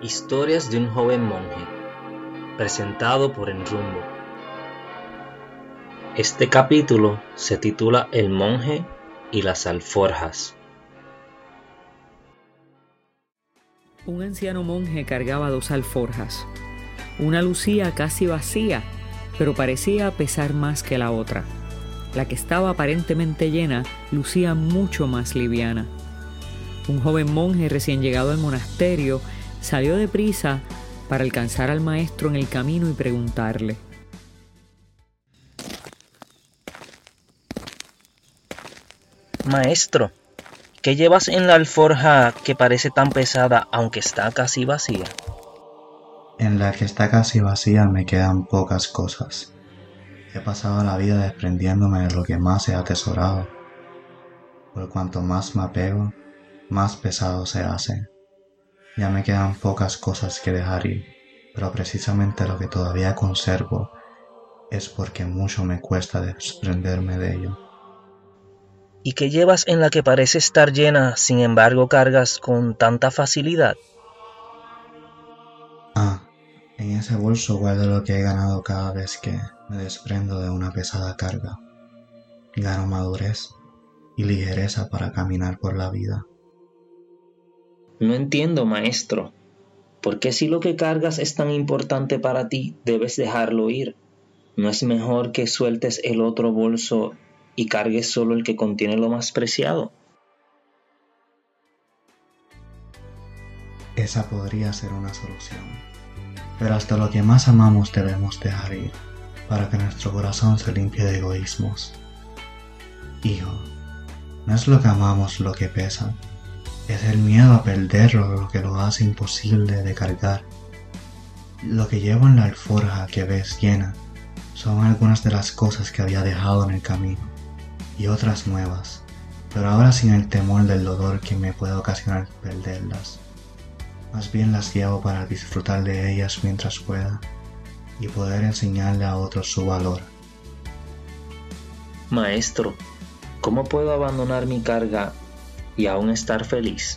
Historias de un joven monje, presentado por Enrumbo. Este capítulo se titula El monje y las alforjas. Un anciano monje cargaba 2 alforjas. Una lucía casi vacía, pero parecía pesar más que la otra. La que estaba aparentemente llena lucía mucho más liviana. Un joven monje recién llegado al monasterio salió deprisa para alcanzar al maestro en el camino y preguntarle: Maestro, ¿qué llevas en la alforja que parece tan pesada aunque está casi vacía? En la que está casi vacía me quedan pocas cosas. He pasado la vida desprendiéndome de lo que más he atesorado. Por cuanto más me apego, más pesado se hace. Ya me quedan pocas cosas que dejar ir, pero precisamente lo que todavía conservo es porque mucho me cuesta desprenderme de ello. ¿Y qué llevas en la que parece estar llena, sin embargo cargas con tanta facilidad? En ese bolso guardo lo que he ganado cada vez que me desprendo de una pesada carga. Gano madurez y ligereza para caminar por la vida. No entiendo, maestro. ¿Por qué si lo que cargas es tan importante para ti, debes dejarlo ir? ¿No es mejor que sueltes el otro bolso y cargues solo el que contiene lo más preciado? Esa podría ser una solución. Pero hasta lo que más amamos debemos dejar ir, para que nuestro corazón se limpie de egoísmos. Hijo, no es lo que amamos lo que pesa, es el miedo a perderlo lo que lo hace imposible de cargar. Lo que llevo en la alforja que ves llena son algunas de las cosas que había dejado en el camino, y otras nuevas, pero ahora sin el temor del dolor que me puede ocasionar perderlas. Más bien las llevo para disfrutar de ellas mientras pueda y poder enseñarle a otros su valor. Maestro, ¿cómo puedo abandonar mi carga y aún estar feliz?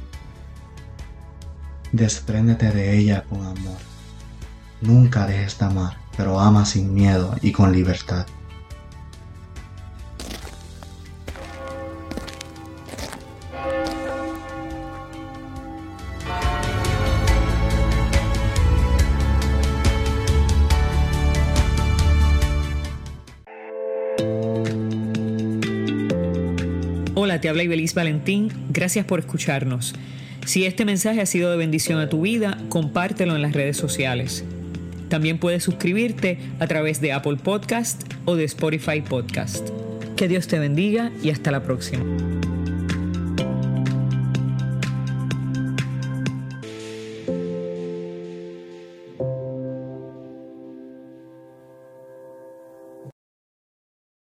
Despréndete de ella con amor. Nunca dejes de amar, pero ama sin miedo y con libertad. Hola, te habla Ibeliz Valentín. Gracias por escucharnos. Si este mensaje ha sido de bendición a tu vida, compártelo en las redes sociales. También puedes suscribirte a través de Apple Podcast o de Spotify Podcast. Que Dios te bendiga y hasta la próxima.